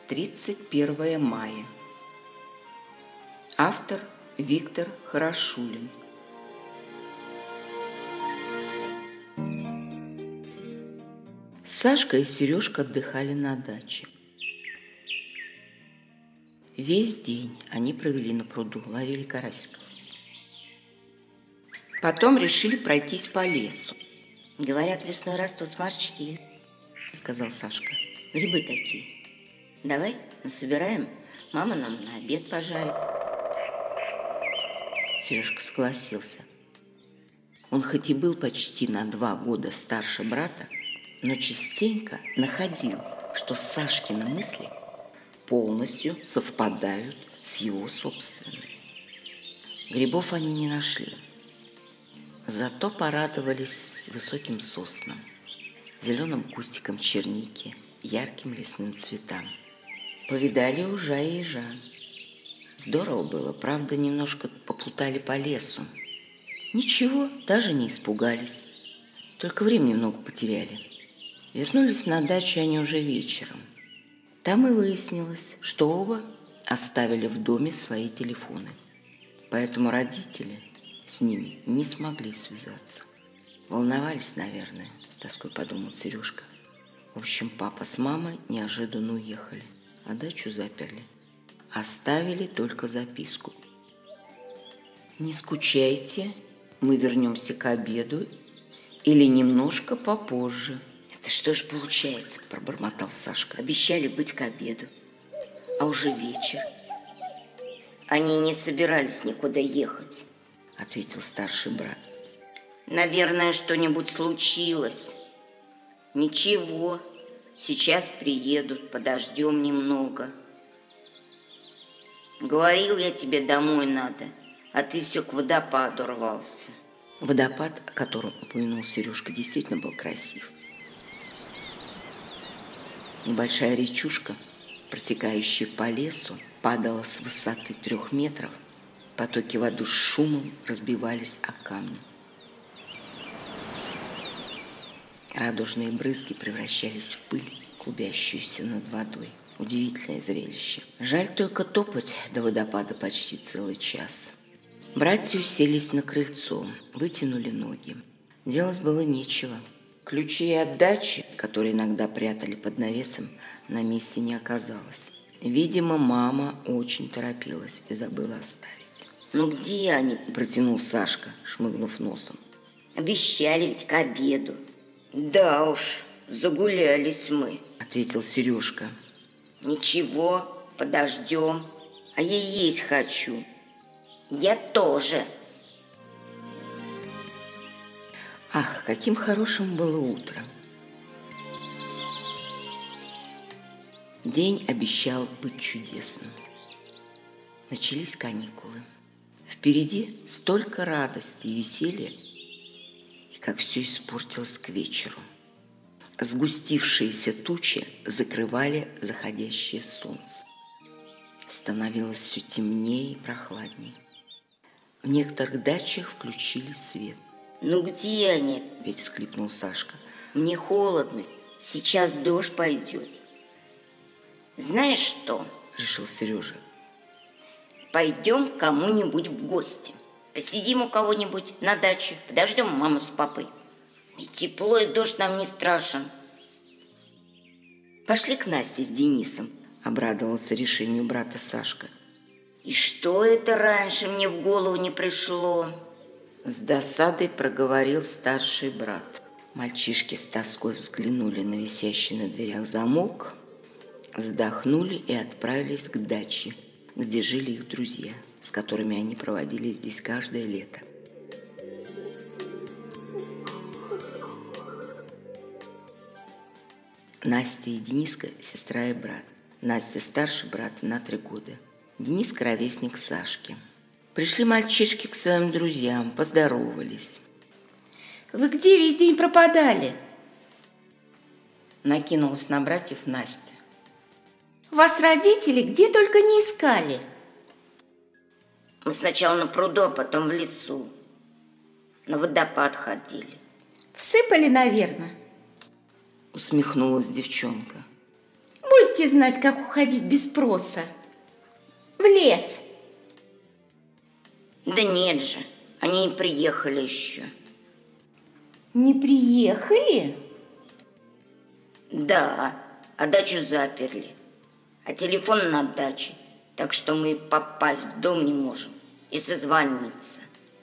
31 мая. Автор Виктор Хорошулин. Сашка и Сережка отдыхали на даче. Весь день они провели на пруду, ловили карасиков. Потом решили пройтись по лесу. Говорят, весной растут сморчки, сказал Сашка. Грибы такие. Давай насобираем, мама нам на обед пожарит. Сережка согласился. Он хоть и был почти на 2 года старше брата, но частенько находил, что Сашкины мысли полностью совпадают с его собственными. Грибов они не нашли. Зато порадовались высоким соснам, зеленым кустикам черники, ярким лесным цветам. Повидали ужа и ежа. Здорово было, правда, немножко поплутали по лесу. Ничего, даже не испугались, только времени много потеряли. Вернулись на дачу они уже вечером. Там и выяснилось, что оба оставили в доме свои телефоны. Поэтому родители с ними не смогли связаться. Волновались, наверное, с тоской подумал Сережка. В общем, папа с мамой неожиданно уехали, а дачу заперли. Оставили только записку. «Не скучайте, мы вернемся к обеду или немножко попозже». «Это что ж получается?» – пробормотал Сашка. «Обещали быть к обеду, а уже вечер». «Они не собирались никуда ехать», – ответил старший брат. «Наверное, что-нибудь случилось». «Ничего, сейчас приедут, подождем немного». «Говорил я тебе, домой надо, а ты все к водопаду рвался». Водопад, о котором упомянул Сережка, действительно был красив. Небольшая речушка, протекающая по лесу, падала с высоты 3 метров. Потоки воды с шумом разбивались о камни. Радужные брызги превращались в пыль, клубящуюся над водой. Удивительное зрелище. Жаль только топать до водопада почти целый час. Братья уселись на крыльцо, вытянули ноги. Делать было нечего. Ключей от дачи, которые иногда прятали под навесом, на месте не оказалось. Видимо, мама очень торопилась и забыла оставить. «Ну где они?» – протянул Сашка, шмыгнув носом. «Обещали ведь к обеду». «Да уж, загулялись мы», – ответил Сережка. «Ничего, подождем, а я есть хочу». «Я тоже». Ах, каким хорошим было утро. День обещал быть чудесным. Начались каникулы. Впереди столько радости и веселья, и как все испортилось к вечеру. Сгустившиеся тучи закрывали заходящее солнце. Становилось все темнее и прохладнее. В некоторых дачах включили свет. «Ну где они?» – ведь всхлипнул Сашка. «Мне холодно, сейчас дождь пойдет». «Знаешь что?» – решил Сережа. «Пойдем к кому-нибудь в гости. Посидим у кого-нибудь на даче, подождем маму с папой. И тепло, и дождь нам не страшен». «Пошли к Насте с Денисом», – обрадовался решению брата Сашка. «И что это раньше мне в голову не пришло?» С досадой проговорил старший брат. Мальчишки с тоской взглянули на висящий на дверях замок, вздохнули и отправились к даче, где жили их друзья, с которыми они проводили здесь каждое лето. Настя и Дениска – сестра и брат. Настя старше брата на 3 года. Дениска – ровесник Сашки. Пришли мальчишки к своим друзьям, поздоровались. «Вы где весь день пропадали?» Накинулась на братьев Настя. «Вас родители где только не искали». «Мы сначала на пруду, а потом в лесу. На водопад ходили». «Всыпали, наверное?» Усмехнулась девчонка. Будете знать, как уходить без спроса. В лес. Да нет же, они не приехали еще. Не приехали? Да, а дачу заперли. А телефон на даче, так что мы попасть в дом не можем и созвониться.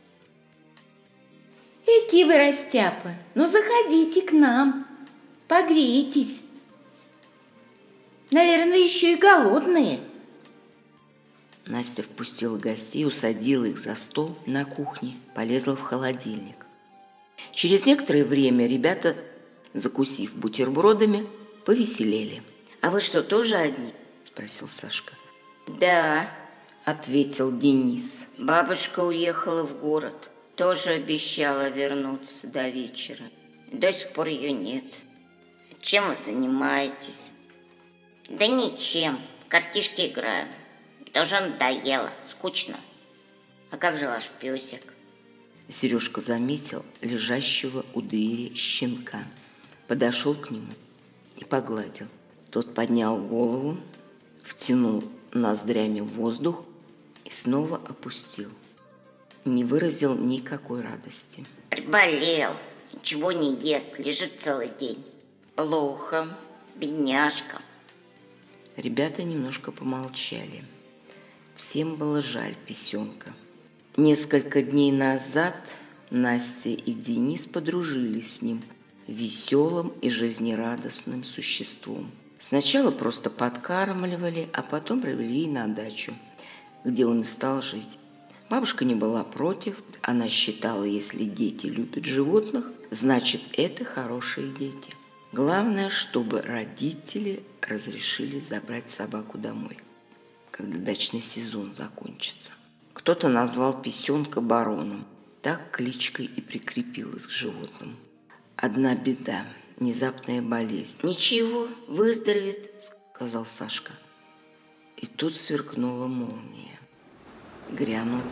Эки вы растяпы, ну заходите к нам, погрейтесь. Наверное, еще и голодные. Настя впустила гостей, усадила их за стол на кухне, полезла в холодильник. Через некоторое время ребята, закусив бутербродами, повеселели. А вы что, тоже одни? Спросил Сашка. Да, Ответил Денис. бабушка уехала в город. Тоже обещала вернуться до вечера. До сих пор ее нет. Чем вы занимаетесь? Да ничем. В картишки играем. Тоже надоело. Скучно. А как же ваш песик? Сережка заметил лежащего у двери щенка. Подошел к нему и погладил. Тот поднял голову, втянул ноздрями воздух и снова опустил. Не выразил никакой радости. Приболел. Ничего не ест. Лежит целый день. Плохо. Бедняжка. Ребята немножко помолчали. Всем было жаль песенка. Несколько дней назад Настя и Денис подружились с ним, веселым и жизнерадостным существом. Сначала просто подкармливали, а потом привели на дачу, где он и стал жить. Бабушка не была против, она считала, если дети любят животных, значит, это хорошие дети. Главное, чтобы родители разрешили забрать собаку домой, когда дачный сезон закончится. Кто-то назвал песенка Бароном, так кличкой и прикрепилась к животному. Одна беда – внезапная болезнь. Ничего, выздоровеет, Сказал Сашка. И тут сверкнула молния. Грянул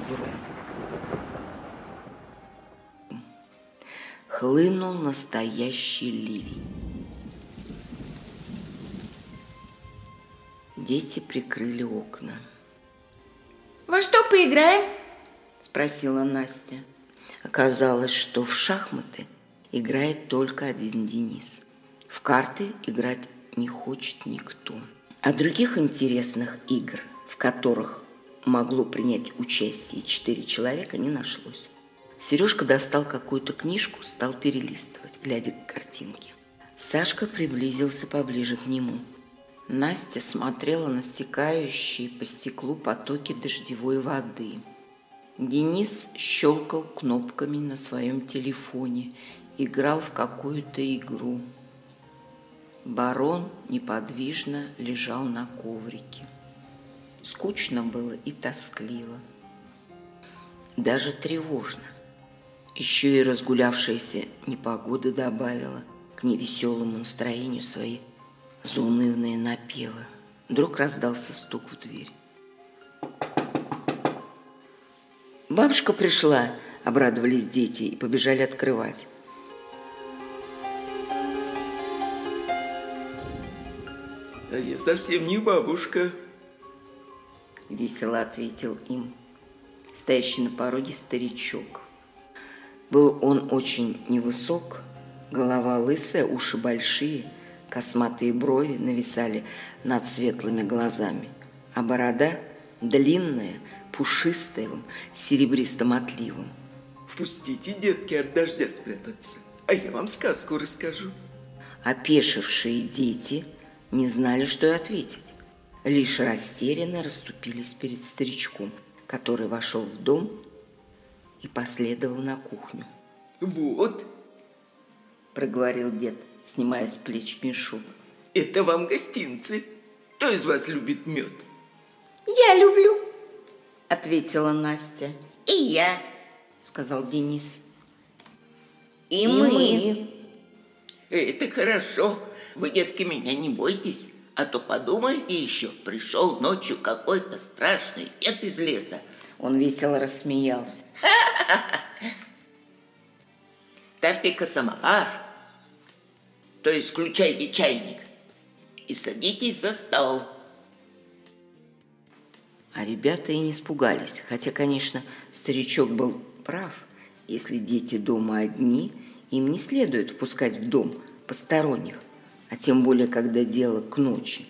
гром. Хлынул настоящий ливень. Дети прикрыли окна. Во что поиграем? Спросила Настя. Оказалось, что в шахматы играет только один Денис. В карты играть не хочет никто. А других интересных игр, в которых могло принять участие 4 человека, не нашлось. Сережка достал какую-то книжку, стал перелистывать, глядя к картинке. Сашка приблизился поближе к нему. Настя смотрела на стекающие по стеклу потоки дождевой воды. Денис щелкал кнопками на своем телефоне, играл в какую-то игру. Барон неподвижно лежал на коврике. Скучно было и тоскливо. Даже тревожно. Еще и разгулявшаяся непогода добавила к невеселому настроению свои заунывные напевы. Вдруг раздался стук в дверь. «Бабушка пришла!» – обрадовались дети и побежали открывать. А я совсем не бабушка. Весело ответил им стоящий на пороге старичок. Был он очень невысок, голова лысая, уши большие, косматые брови нависали над светлыми глазами, а борода длинная, пушистая, с серебристым отливом. Впустите, детки, от дождя спрятаться, а я вам сказку расскажу. Опешившие дети не знали, что и ответить. Лишь растерянно расступились перед старичком, который вошел в дом и последовал на кухню. Вот, Проговорил дед, снимая с плеч мешок. это вам гостинцы. Кто из вас любит мед? Я люблю. Ответила Настя. И я, Сказал Денис. и мы. Это хорошо. Вы, детки, меня не бойтесь, а то подумайте еще, пришел ночью какой-то страшный дед из леса. Он весело рассмеялся. Ставьте-ка самовар, то есть включайте чайник, и садитесь за стол. А ребята и не испугались, хотя, конечно, старичок был прав. Если дети дома одни, им не следует впускать в дом посторонних, а тем более, когда дело к ночи.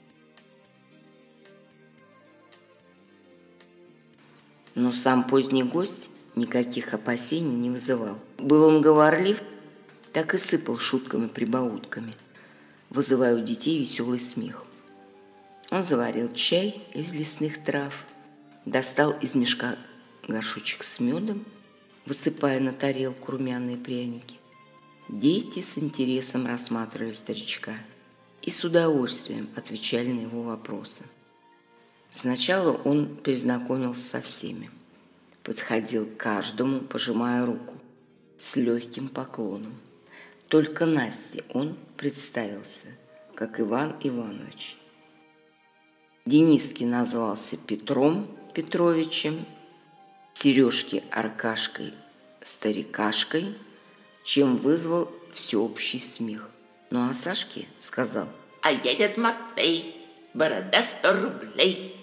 Но сам поздний гость никаких опасений не вызывал. Был он говорлив, так и сыпал шутками-прибаутками, вызывая у детей веселый смех. Он заварил чай из лесных трав, достал из мешка горшочек с медом, высыпая на тарелку румяные пряники. Дети с интересом рассматривали старичка и с удовольствием отвечали на его вопросы. Сначала он перезнакомился со всеми, подходил к каждому, пожимая руку, с легким поклоном. Только Насте он представился, как Иван Иванович. Дениске назвался Петром Петровичем, Сережке Аркашкой Старикашкой, чем вызвал всеобщий смех. Ну а Сашке сказал: А я дед Матвей, борода 100 рублей.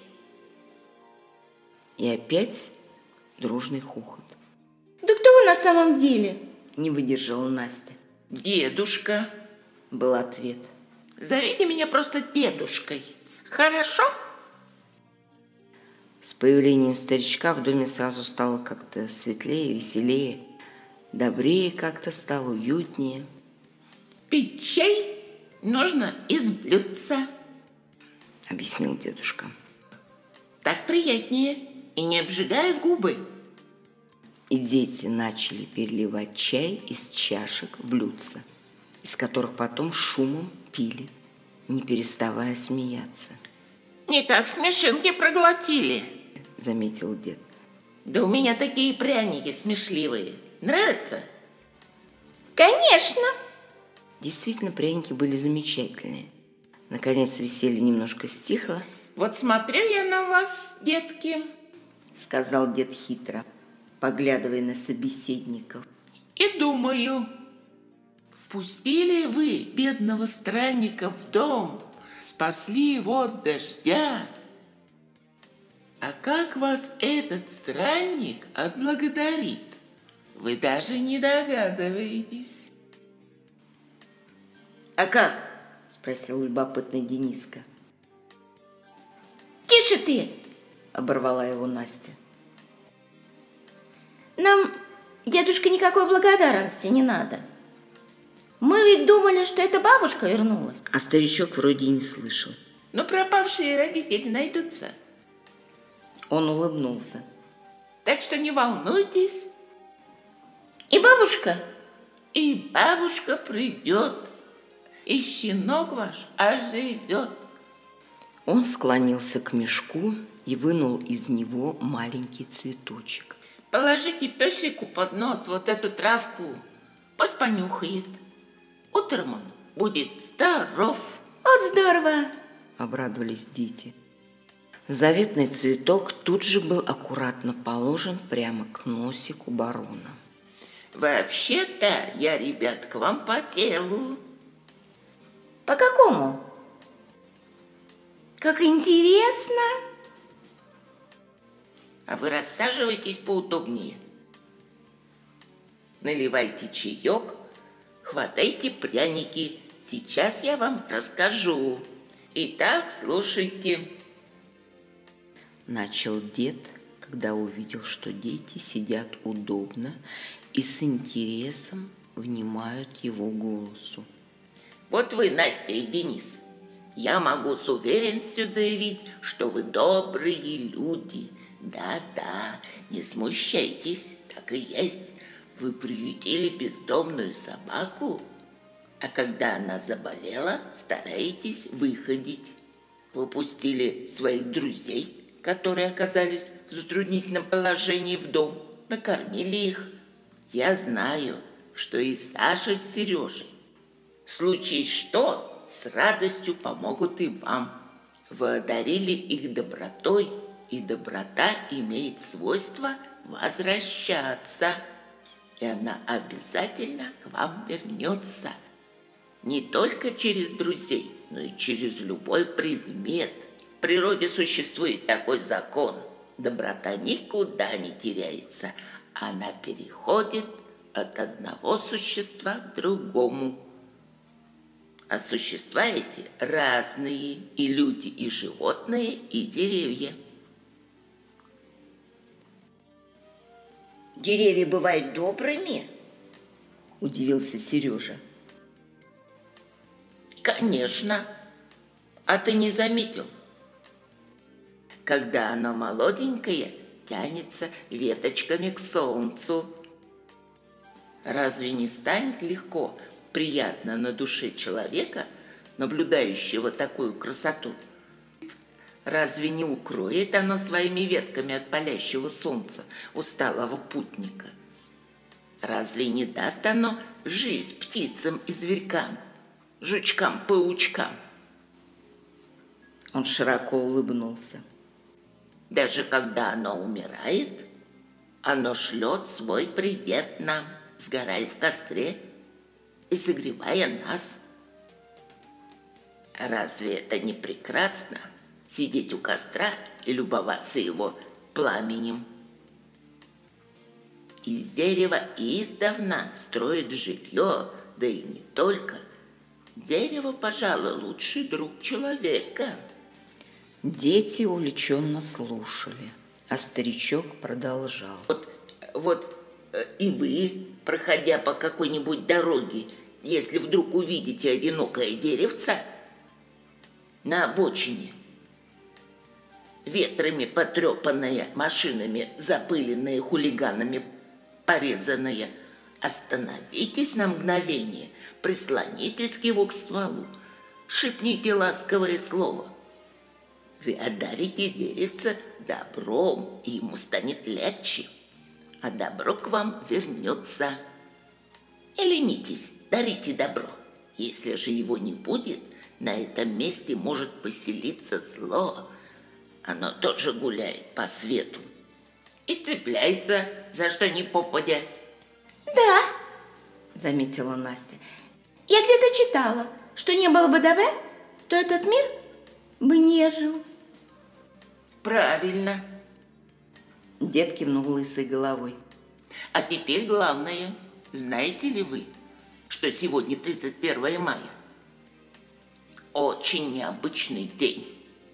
И опять дружный хохот. Да кто вы на самом деле? Не выдержала Настя. Дедушка. Был ответ. Зовите меня просто дедушкой. Хорошо? С появлением старичка в доме сразу стало как-то светлее, веселее, добрее как-то стало, уютнее. Пить чай нужно из блюдца, Объяснил дедушка. так приятнее и не обжигает губы. И дети начали переливать чай из чашек в блюдца, из которых потом шумом пили, не переставая смеяться. Не как смешинки проглотили. Заметил дед. Да у меня такие пряники смешливые. Нравятся? Конечно. Действительно, пряники были замечательные. Наконец веселье немножко стихло, Вот смотрю я на вас, детки, сказал дед хитро, поглядывая на собеседников. и думаю, впустили вы бедного странника в дом, спасли его от дождя. А как вас этот странник отблагодарит, вы даже не догадываетесь. А как? Спросил любопытный Дениска. Тише ты. Оборвала его Настя. Нам, дедушка, никакой благодарности не надо. Мы ведь думали, что это бабушка вернулась. А старичок вроде и не слышал. Но пропавшие родители найдутся. Он улыбнулся. Так что не волнуйтесь, И бабушка? и бабушка придет, и щенок ваш оживет. Он склонился к мешку и вынул из него маленький цветочек. Положите песику под нос вот эту травку, пусть понюхает. Утром он будет здоров. Вот здорово. Обрадовались дети. Заветный цветок тут же был аккуратно положен прямо к носику барона. Вообще-то я, ребят, к вам по делу. По какому? Как интересно. А вы рассаживайтесь поудобнее. Наливайте чаек, хватайте пряники. Сейчас я вам расскажу. Итак, слушайте. Начал дед, когда увидел, что дети сидят удобно и с интересом внимают его голосу. Вот вы, Настя и Денис, я могу с уверенностью заявить, что вы добрые люди. Да-да, не смущайтесь, так и есть. Вы приютили бездомную собаку, а когда она заболела, стараетесь выходить. Вы пустили своих друзей, которые оказались в затруднительном положении в дом, накормили их. Я знаю, что и Саша с Сережей, в случае что, с радостью помогут и вам. Вы одарили их добротой, и доброта имеет свойство возвращаться, и она обязательно к вам вернется. Не только через друзей, но и через любой предмет. В природе существует такой закон. Доброта никуда не теряется. Она переходит от одного существа к другому. А существа эти разные, и люди, и животные, и деревья. Деревья бывают добрыми? Удивился Сережа. Конечно. А ты не заметил? Когда оно молоденькое, тянется веточками к солнцу. Разве не станет легко, приятно на душе человека, наблюдающего такую красоту? Разве не укроет оно своими ветками от палящего солнца усталого путника? Разве не даст оно жизнь птицам и зверькам, жучкам-паучкам? Он широко улыбнулся. Даже когда оно умирает, оно шлет свой привет нам, сгорая в костре и согревая нас. Разве это не прекрасно, сидеть у костра и любоваться его пламенем? Из дерева издавна строят жилье, да и не только. Дерево, пожалуй, лучший друг человека. Дети увлеченно слушали, а старичок продолжал. Вот и вы, проходя по какой-нибудь дороге, если вдруг увидите одинокое деревце на обочине, ветрами потрепанное, машинами запыленное, хулиганами порезанное, остановитесь на мгновение, прислонитесь к его стволу, шепните ласковое слово. Вы одарите деревце добром, и ему станет легче, а добро к вам вернется. Не ленитесь, дарите добро. Если же его не будет, на этом месте может поселиться зло. Оно тоже гуляет по свету и цепляется за что ни попадя. Да, Заметила Настя. я где-то читала, что не было бы добра, то этот мир бы не жил. Правильно. Дед кивнул лысой головой. А теперь главное. Знаете ли вы, что сегодня 31 мая? Очень необычный день.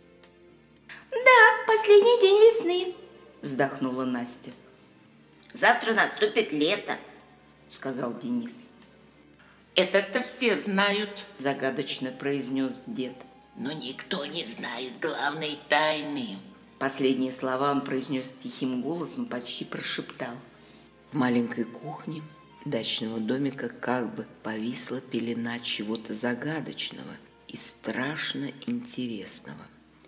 Да, последний день весны. Вздохнула Настя. Завтра наступит лето. Сказал Денис. Это-то все знают, Загадочно произнес дед. но никто не знает главной тайны. Последние слова он произнес тихим голосом, почти прошептал. В маленькой кухне дачного домика как бы повисла пелена чего-то загадочного и страшно интересного.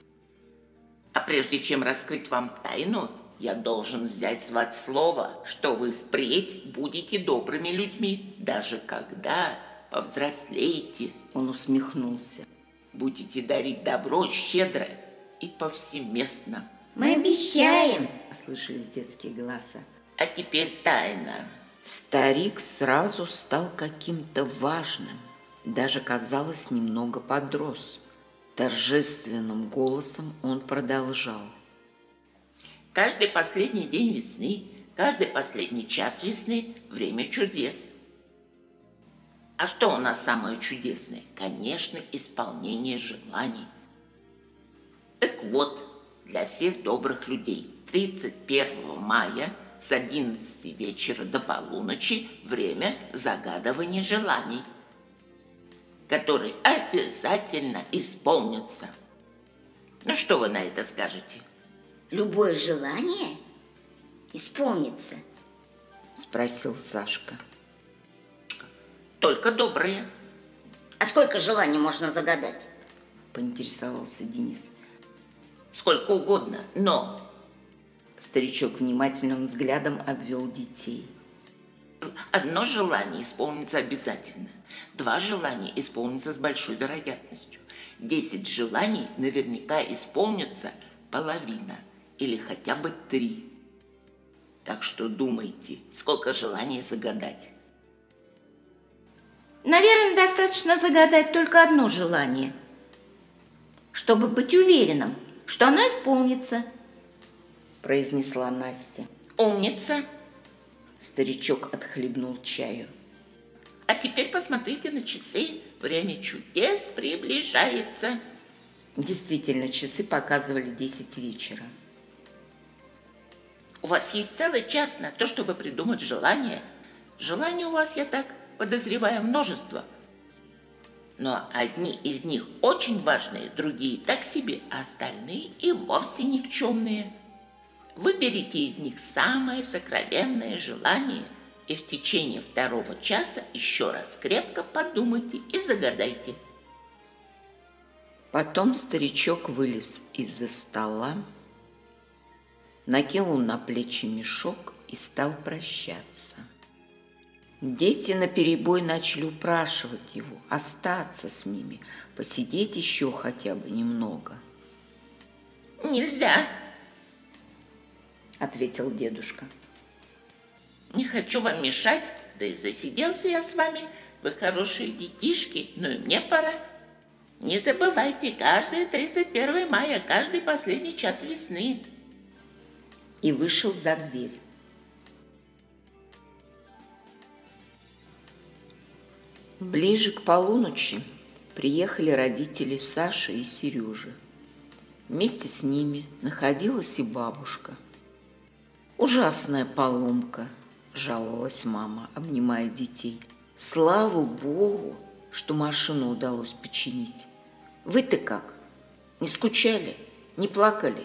А прежде чем раскрыть вам тайну, я должен взять с вас слово, что вы впредь будете добрыми людьми, даже когда повзрослеете. Он усмехнулся. Будете дарить добро щедро и повсеместно. Мы обещаем. Послышались детские голоса. А теперь тайна. Старик сразу стал каким-то важным. Даже, казалось, немного подрос. Торжественным голосом он продолжал. Каждый последний день весны, каждый последний час весны – время чудес. А что у нас самое чудесное? Конечно, исполнение желаний. Так вот, для всех добрых людей 31 мая с 11 вечера до полуночи время загадывания желаний, которые обязательно исполнятся. Ну что вы на это скажете? Любое желание исполнится. Спросил Сашка. Только добрые. А сколько желаний можно загадать? Поинтересовался Денис. Сколько угодно, но Старичок внимательным взглядом обвел детей. одно желание исполнится обязательно. 2 желания исполнятся с большой вероятностью. 10 желаний наверняка исполнится половина или хотя бы 3. Так что думайте, сколько желаний загадать. Наверное, достаточно загадать только одно желание. чтобы быть уверенным, что она исполнится. Произнесла Настя. Умница. Старичок отхлебнул чаю. А теперь посмотрите на часы. Время чудес приближается. Действительно, часы показывали 10 вечера. У вас есть целый час на то, чтобы придумать желание. Желаний у вас, я так подозреваю, множество. Но одни из них очень важные, другие так себе, а остальные и вовсе никчемные. Выберите из них самое сокровенное желание и в течение 2 часа еще раз крепко подумайте и загадайте. Потом старичок вылез из-за стола, накинул на плечи мешок и стал прощаться. Дети наперебой начали упрашивать его остаться с ними, посидеть еще хотя бы немного. «Нельзя!» – ответил дедушка. «Не хочу вам мешать, да и засиделся я с вами. Вы хорошие детишки, но и мне пора. Не забывайте, каждое 31 мая, каждый последний час весны». И вышел за дверь. Ближе к полуночи приехали родители Саши и Сережи. Вместе с ними находилась и бабушка. «Ужасная поломка», – жаловалась мама, обнимая детей. «Слава Богу, что машину удалось починить. Вы-то как? Не скучали? Не плакали?»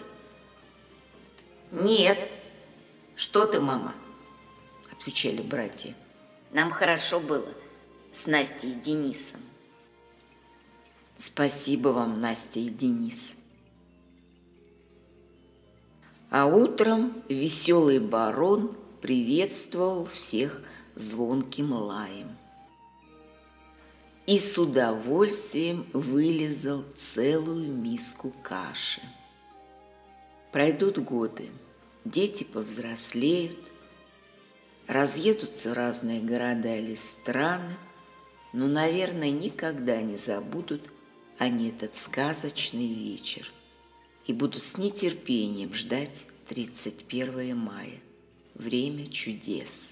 Нет, «Что ты, мама?» – отвечали братья. нам хорошо было с Настей и Денисом. Спасибо вам, Настя и Денис. А утром веселый барон приветствовал всех звонким лаем и с удовольствием вылизал целую миску каши. Пройдут годы, дети повзрослеют, разъедутся в разные города или страны, но, наверное, никогда не забудут они этот сказочный вечер и будут с нетерпением ждать 31 мая, время чудес.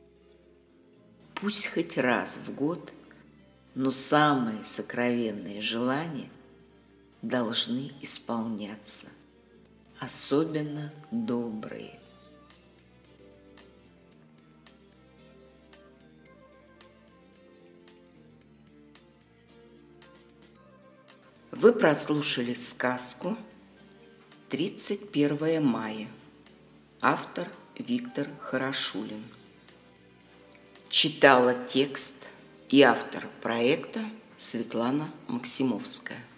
Пусть хоть раз в год, но самые сокровенные желания должны исполняться, особенно добрые. Вы прослушали сказку «31 мая». Автор Виктор Хорошулин. Читала текст и автор проекта Светлана Максимовская.